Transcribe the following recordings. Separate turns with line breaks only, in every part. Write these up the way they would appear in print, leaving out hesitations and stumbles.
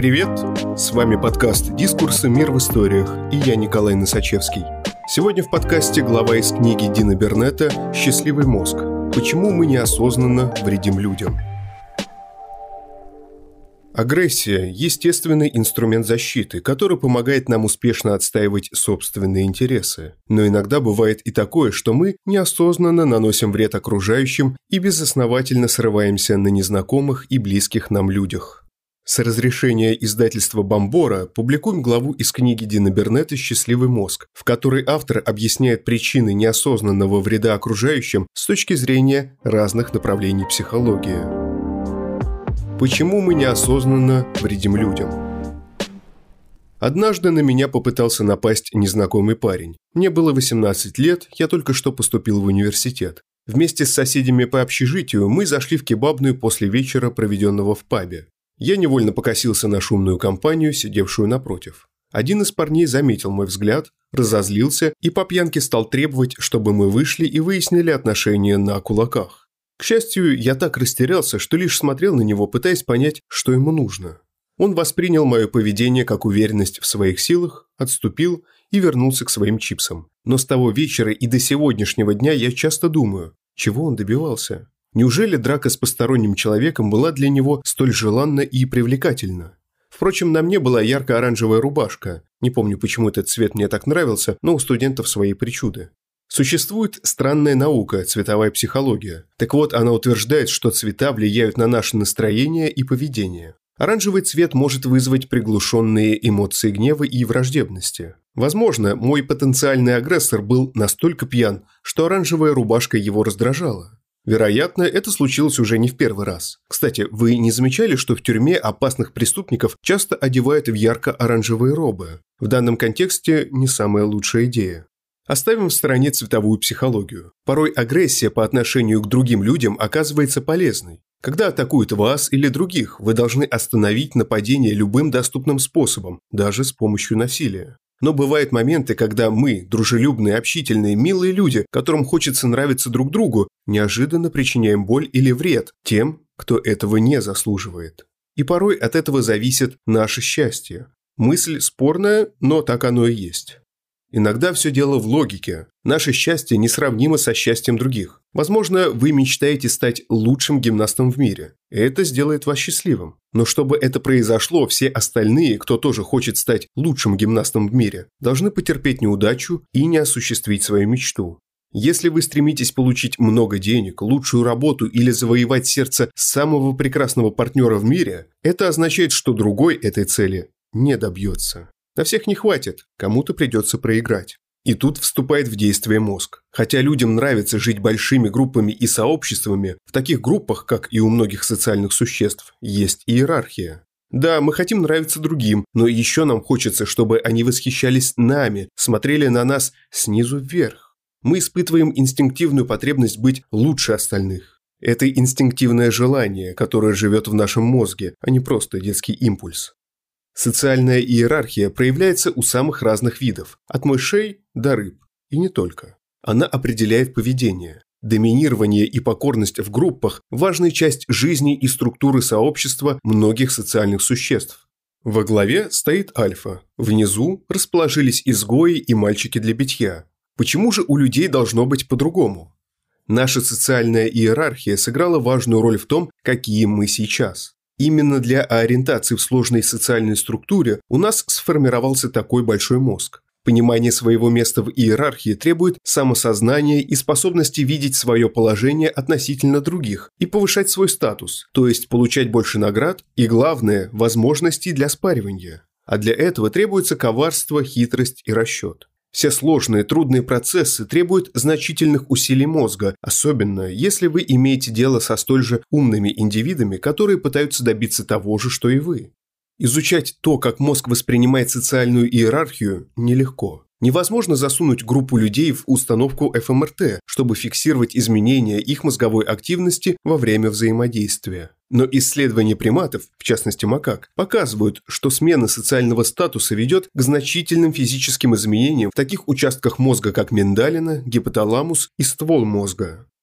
Привет! С вами подкаст «Дискурсы. Мир в историях» и я Николай Носачевский. Сегодня в подкасте глава из книги Дина Бернетта «Счастливый мозг. Почему мы неосознанно вредим людям». Агрессия – естественный инструмент защиты, который помогает нам успешно отстаивать собственные интересы. Но иногда бывает и такое, что мы неосознанно наносим вред окружающим и безосновательно срываемся на незнакомых и близких нам людях. С разрешения издательства «Бомбора» публикуем главу из книги Дина Бернетта «Счастливый мозг», в которой автор объясняет причины неосознанного вреда окружающим с точки зрения разных направлений психологии. Почему мы неосознанно вредим людям? Однажды на меня попытался напасть незнакомый парень. Мне было 18 лет, я только что поступил в университет. Вместе с соседями по общежитию мы зашли в кебабную после вечера, проведенного в пабе. Я невольно покосился на шумную компанию, сидевшую напротив. Один из парней заметил мой взгляд, разозлился и по пьянке стал требовать, чтобы мы вышли и выяснили отношения на кулаках. К счастью, я так растерялся, что лишь смотрел на него, пытаясь понять, что ему нужно. Он воспринял мое поведение как уверенность в своих силах, отступил и вернулся к своим чипсам. Но с того вечера и до сегодняшнего дня я часто думаю, чего он добивался? Неужели драка с посторонним человеком была для него столь желанна и привлекательна? Впрочем, на мне была ярко-оранжевая рубашка. Не помню, почему этот цвет мне так нравился, но у студентов свои причуды. Существует странная наука – цветовая психология. Так вот, она утверждает, что цвета влияют на наше настроение и поведение. Оранжевый цвет может вызвать приглушенные эмоции гнева и враждебности. Возможно, мой потенциальный агрессор был настолько пьян, что оранжевая рубашка его раздражала. Вероятно, это случилось уже не в первый раз. Кстати, вы не замечали, что в тюрьме опасных преступников часто одевают в ярко-оранжевые робы? В данном контексте не самая лучшая идея. Оставим в стороне цветовую психологию. Порой агрессия по отношению к другим людям оказывается полезной. Когда атакуют вас или других, вы должны остановить нападение любым доступным способом, даже с помощью насилия. Но бывают моменты, когда мы, дружелюбные, общительные, милые люди, которым хочется нравиться друг другу, неожиданно причиняем боль или вред тем, кто этого не заслуживает. И порой от этого зависит наше счастье. Мысль спорная, но так оно и есть. Иногда все дело в логике. Наше счастье несравнимо со счастьем других. Возможно, вы мечтаете стать лучшим гимнастом в мире. Это сделает вас счастливым. Но чтобы это произошло, все остальные, кто тоже хочет стать лучшим гимнастом в мире, должны потерпеть неудачу и не осуществить свою мечту. Если вы стремитесь получить много денег, лучшую работу или завоевать сердце самого прекрасного партнера в мире, это означает, что другой этой цели не добьется. На всех не хватит, кому-то придется проиграть. И тут вступает в действие мозг. Хотя людям нравится жить большими группами и сообществами, в таких группах, как и у многих социальных существ, есть иерархия. Да, мы хотим нравиться другим, но еще нам хочется, чтобы они восхищались нами, смотрели на нас снизу вверх. Мы испытываем инстинктивную потребность быть лучше остальных. Это инстинктивное желание, которое живет в нашем мозге, а не просто детский импульс. Социальная иерархия проявляется у самых разных видов, от мышей до рыб, и не только. Она определяет поведение. Доминирование и покорность в группах – важная часть жизни и структуры сообщества многих социальных существ. Во главе стоит альфа, внизу расположились изгои и мальчики для битья. Почему же у людей должно быть по-другому? Наша социальная иерархия сыграла важную роль в том, какие мы сейчас. Именно для ориентации в сложной социальной структуре у нас сформировался такой большой мозг. Понимание своего места в иерархии требует самосознания и способности видеть свое положение относительно других и повышать свой статус, то есть получать больше наград и, главное, возможностей для спаривания. А для этого требуется коварство, хитрость и расчет. Все сложные, трудные процессы требуют значительных усилий мозга, особенно если вы имеете дело со столь же умными индивидами, которые пытаются добиться того же, что и вы. Изучать то, как мозг воспринимает социальную иерархию, нелегко. Невозможно засунуть группу людей в установку ФМРТ, чтобы фиксировать изменения их мозговой активности во время взаимодействия. Но исследования приматов, в частности макак, показывают, что смена социального статуса ведет к значительным физическим изменениям в таких участках мозга, как миндалина, гипоталамус и ствол мозга.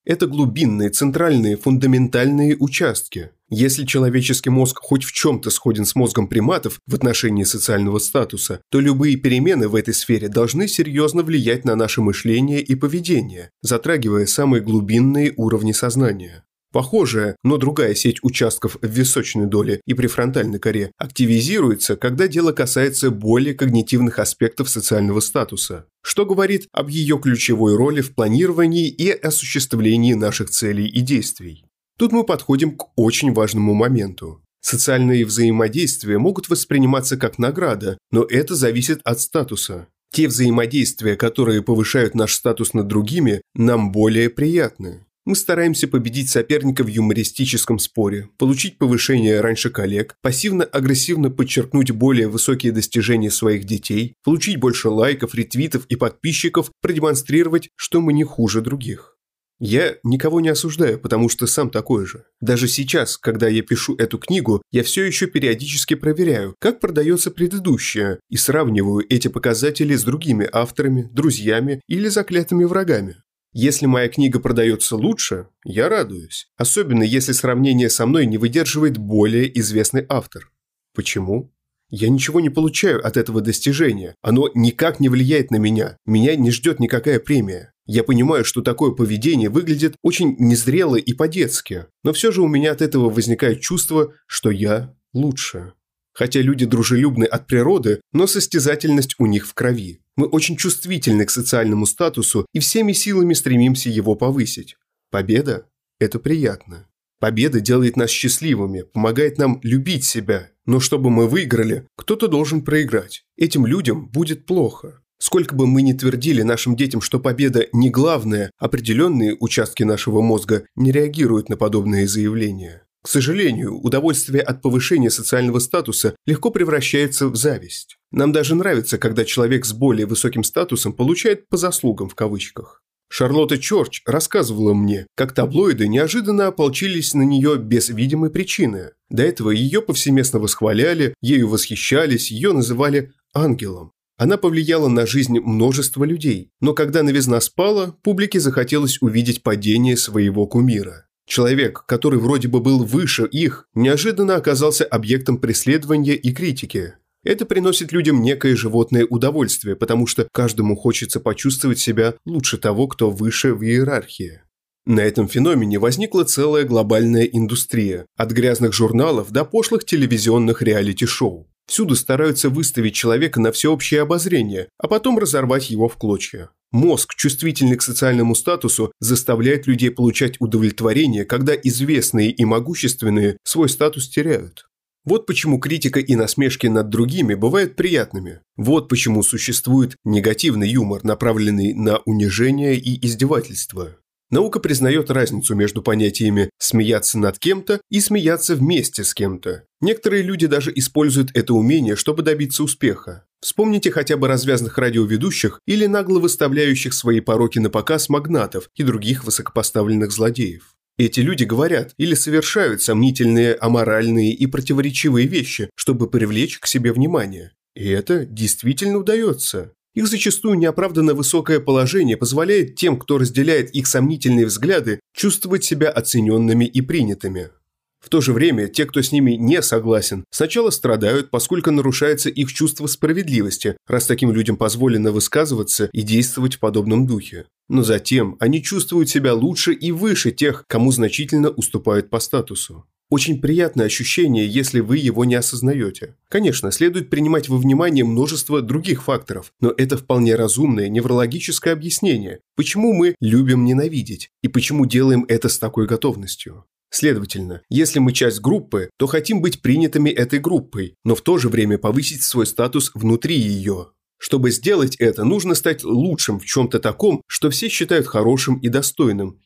Это глубинные, центральные, фундаментальные участки. Если человеческий мозг хоть в чем-то сходен с мозгом приматов в отношении социального статуса, то любые перемены в этой сфере должны серьезно влиять на наше мышление и поведение, затрагивая самые глубинные уровни сознания. Похожая, но другая сеть участков в височной доле и префронтальной коре активизируется, когда дело касается более когнитивных аспектов социального статуса, что говорит об ее ключевой роли в планировании и осуществлении наших целей и действий. Тут мы подходим к очень важному моменту. Социальные взаимодействия могут восприниматься как награда, но это зависит от статуса. Те взаимодействия, которые повышают наш статус над другими, нам более приятны. Мы стараемся победить соперника в юмористическом споре, получить повышение раньше коллег, пассивно-агрессивно подчеркнуть более высокие достижения своих детей, получить больше лайков, ретвитов и подписчиков, продемонстрировать, что мы не хуже других. Я никого не осуждаю, потому что сам такой же. Даже сейчас, когда я пишу эту книгу, я все еще периодически проверяю, как продается предыдущая, и сравниваю эти показатели с другими авторами, друзьями или заклятыми врагами. Если моя книга продается лучше, я радуюсь, особенно если сравнение со мной не выдерживает более известный автор. Почему? Я ничего не получаю от этого достижения, оно никак не влияет на меня не ждет никакая премия. Я понимаю, что такое поведение выглядит очень незрело и по-детски, но все же у меня от этого возникает чувство, что я лучше. Хотя люди дружелюбны от природы, но состязательность у них в крови. Мы очень чувствительны к социальному статусу и всеми силами стремимся его повысить. Победа – это приятно. Победа делает нас счастливыми, помогает нам любить себя. Но чтобы мы выиграли, кто-то должен проиграть. Этим людям будет плохо. Сколько бы мы ни твердили нашим детям, что победа не главное, определенные участки нашего мозга не реагируют на подобные заявления. К сожалению, удовольствие от повышения социального статуса легко превращается в зависть. Нам даже нравится, когда человек с более высоким статусом получает «по заслугам» в кавычках. Шарлотта Чорч рассказывала мне, как таблоиды неожиданно ополчились на нее без видимой причины. До этого ее повсеместно восхваляли, ею восхищались, ее называли ангелом. Она повлияла на жизнь множества людей, но когда новизна спала, публике захотелось увидеть падение своего кумира. Человек, который вроде бы был выше их, неожиданно оказался объектом преследования и критики. Это приносит людям некое животное удовольствие, потому что каждому хочется почувствовать себя лучше того, кто выше в иерархии. На этом феномене возникла целая глобальная индустрия, от грязных журналов до пошлых телевизионных реалити-шоу. Всюду стараются выставить человека на всеобщее обозрение, а потом разорвать его в клочья. Мозг, чувствительный к социальному статусу, заставляет людей получать удовлетворение, когда известные и могущественные свой статус теряют. Вот почему критика и насмешки над другими бывают приятными. Вот почему существует негативный юмор, направленный на унижение и издевательство. Наука признает разницу между понятиями «смеяться над кем-то» и «смеяться вместе с кем-то». Некоторые люди даже используют это умение, чтобы добиться успеха. Вспомните хотя бы развязных радиоведущих или нагло выставляющих свои пороки на показ магнатов и других высокопоставленных злодеев. Эти люди говорят или совершают сомнительные, аморальные и противоречивые вещи, чтобы привлечь к себе внимание. И это действительно удается. Их зачастую неоправданно высокое положение позволяет тем, кто разделяет их сомнительные взгляды, чувствовать себя оцененными и принятыми. В то же время те, кто с ними не согласен, сначала страдают, поскольку нарушается их чувство справедливости, раз таким людям позволено высказываться и действовать в подобном духе. Но затем они чувствуют себя лучше и выше тех, кому значительно уступают по статусу. Очень приятное ощущение, если вы его не осознаете. Конечно, следует принимать во внимание множество других факторов, но это вполне разумное неврологическое объяснение, почему мы любим ненавидеть и почему делаем это с такой готовностью. Следовательно, если мы часть группы, то хотим быть принятыми этой группой, но в то же время повысить свой статус внутри ее. Чтобы сделать это, нужно стать лучшим в чем-то таком, что все считают хорошим и достойным,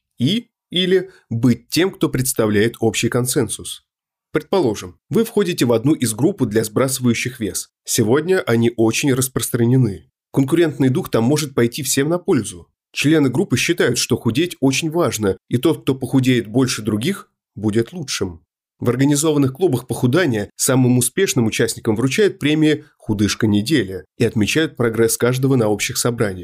или быть тем, кто представляет общий консенсус. Предположим, вы входите в одну из групп для сбрасывающих вес. Сегодня они очень распространены. Конкурентный дух там может пойти всем на пользу. Члены группы считают, что худеть очень важно, и тот, кто похудеет больше других, будет лучшим. В организованных клубах похудания самым успешным участникам вручают премии «Худышка недели» и отмечают прогресс каждого на общих собраниях.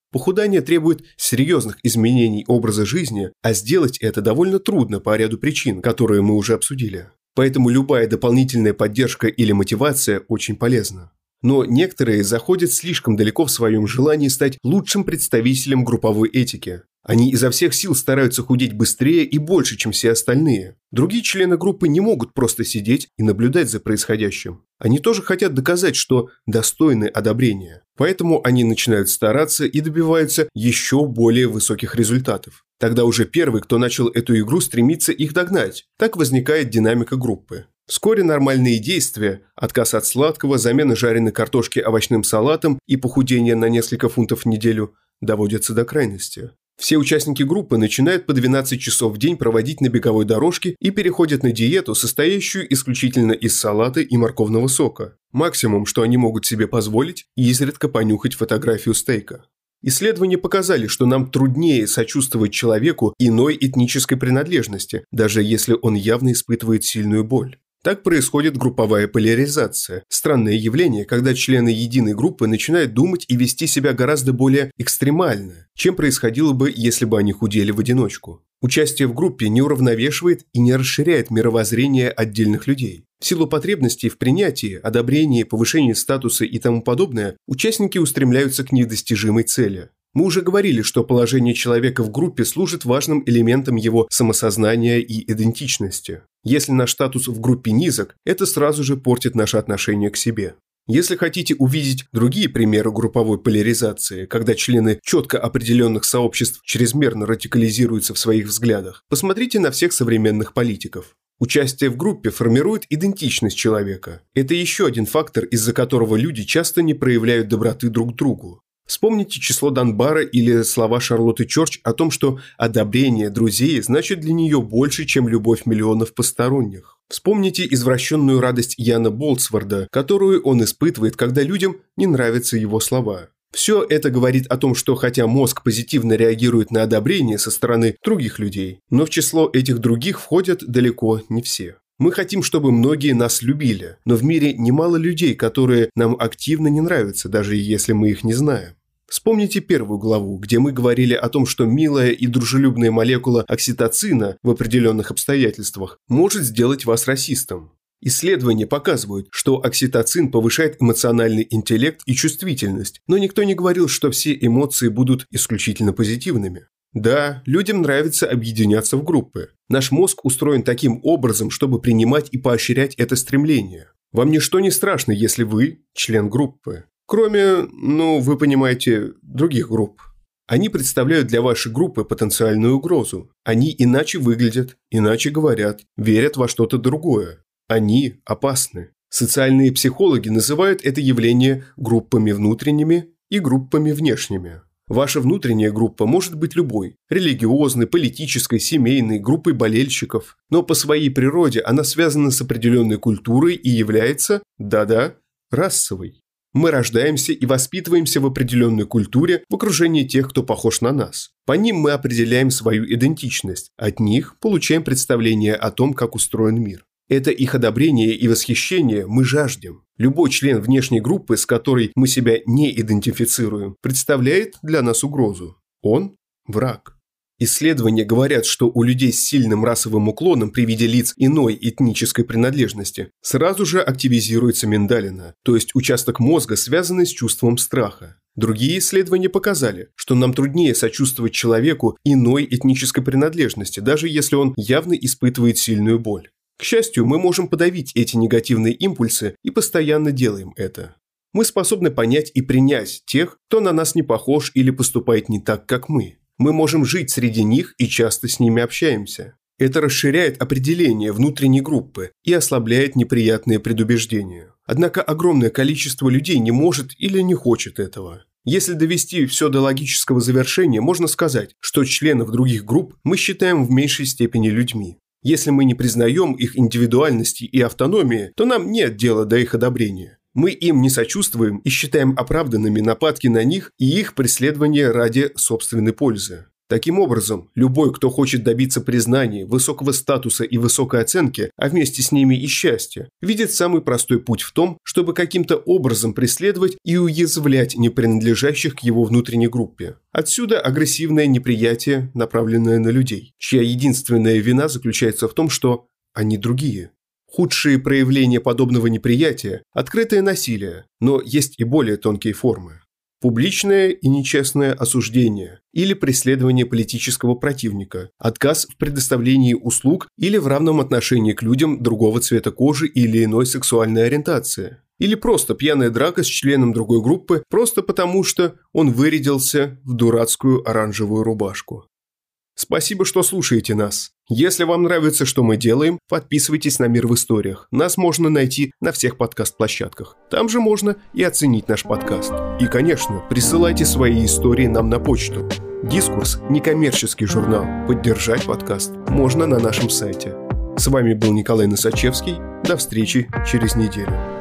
Похудание требует серьезных изменений образа жизни, а сделать это довольно трудно по ряду причин, которые мы уже обсудили. Поэтому любая дополнительная поддержка или мотивация очень полезна. Но некоторые заходят слишком далеко в своем желании стать лучшим представителем групповой этики. Они изо всех сил стараются худеть быстрее и больше, чем все остальные. Другие члены группы не могут просто сидеть и наблюдать за происходящим. Они тоже хотят доказать, что достойны одобрения. Поэтому они начинают стараться и добиваются еще более высоких результатов. Тогда уже первый, кто начал эту игру, стремится их догнать. Так возникает динамика группы. Вскоре нормальные действия – отказ от сладкого, замена жареной картошки овощным салатом и похудение на несколько фунтов в неделю – доводятся до крайности. Все участники группы начинают по 12 часов в день проводить на беговой дорожке и переходят на диету, состоящую исключительно из салата и морковного сока. Максимум, что они могут себе позволить – изредка понюхать фотографию стейка. Исследования показали, что нам труднее сочувствовать человеку иной этнической принадлежности, даже если он явно испытывает сильную боль. Так происходит групповая поляризация. Странное явление, когда члены единой группы начинают думать и вести себя гораздо более экстремально, чем происходило бы, если бы они худели в одиночку. Участие в группе не уравновешивает и не расширяет мировоззрение отдельных людей. В силу потребностей в принятии, одобрении, повышении статуса и тому подобное, участники устремляются к недостижимой цели. Мы уже говорили, что положение человека в группе служит важным элементом его самосознания и идентичности. Если наш статус в группе низок, это сразу же портит наше отношение к себе. Если хотите увидеть другие примеры групповой поляризации, когда члены четко определенных сообществ чрезмерно радикализируются в своих взглядах, посмотрите на всех современных политиков. Участие в группе формирует идентичность человека. Это еще один фактор, из-за которого люди часто не проявляют доброты друг к другу. Вспомните число Данбара или слова Шарлотты Чорч о том, что одобрение друзей значит для нее больше, чем любовь миллионов посторонних. Вспомните извращенную радость Яна Болтсворда, которую он испытывает, когда людям не нравятся его слова. Все это говорит о том, что хотя мозг позитивно реагирует на одобрение со стороны других людей, но в число этих других входят далеко не все. Мы хотим, чтобы многие нас любили, но в мире немало людей, которые нам активно не нравятся, даже если мы их не знаем. Вспомните первую главу, где мы говорили о том, что милая и дружелюбная молекула окситоцина в определенных обстоятельствах может сделать вас расистом. Исследования показывают, что окситоцин повышает эмоциональный интеллект и чувствительность, но никто не говорил, что все эмоции будут исключительно позитивными. Да, людям нравится объединяться в группы. Наш мозг устроен таким образом, чтобы принимать и поощрять это стремление. Вам ничто не страшно, если вы член группы. Кроме, вы понимаете, других групп. Они представляют для вашей группы потенциальную угрозу. Они иначе выглядят, иначе говорят, верят во что-то другое. Они опасны. Социальные психологи называют это явление группами внутренними и группами внешними. Ваша внутренняя группа может быть любой – религиозной, политической, семейной, группой болельщиков. Но по своей природе она связана с определенной культурой и является, расовой. Мы рождаемся и воспитываемся в определенной культуре в окружении тех, кто похож на нас. По ним мы определяем свою идентичность, от них получаем представление о том, как устроен мир. Это их одобрение и восхищение мы жаждем. Любой член внешней группы, с которой мы себя не идентифицируем, представляет для нас угрозу. Он – враг. Исследования говорят, что у людей с сильным расовым уклоном при виде лиц иной этнической принадлежности сразу же активизируется миндалина, то есть участок мозга, связанный с чувством страха. Другие исследования показали, что нам труднее сочувствовать человеку иной этнической принадлежности, даже если он явно испытывает сильную боль. К счастью, мы можем подавить эти негативные импульсы и постоянно делаем это. Мы способны понять и принять тех, кто на нас не похож или поступает не так, как мы. Мы можем жить среди них и часто с ними общаемся. Это расширяет определение внутренней группы и ослабляет неприятные предубеждения. Однако огромное количество людей не может или не хочет этого. Если довести все до логического завершения, можно сказать, что членов других групп мы считаем в меньшей степени людьми. Если мы не признаем их индивидуальности и автономии, то нам нет дела до их одобрения. Мы им не сочувствуем и считаем оправданными нападки на них и их преследование ради собственной пользы. Таким образом, любой, кто хочет добиться признания, высокого статуса и высокой оценки, а вместе с ними и счастья, видит самый простой путь в том, чтобы каким-то образом преследовать и уязвлять непринадлежащих к его внутренней группе. Отсюда агрессивное неприятие, направленное на людей, чья единственная вина заключается в том, что они другие. Худшие проявления подобного неприятия – открытое насилие, но есть и более тонкие формы. Публичное и нечестное осуждение или преследование политического противника, отказ в предоставлении услуг или в равном отношении к людям другого цвета кожи или иной сексуальной ориентации. Или просто пьяная драка с членом другой группы просто потому, что он вырядился в дурацкую оранжевую рубашку. Спасибо, что слушаете нас. Если вам нравится, что мы делаем, подписывайтесь на «Мир в историях». Нас можно найти на всех подкаст-площадках. Там же можно и оценить наш подкаст. И, конечно, присылайте свои истории нам на почту. «Дискурс» – некоммерческий журнал. Поддержать подкаст можно на нашем сайте. С вами был Николай Носачевский. До встречи через неделю.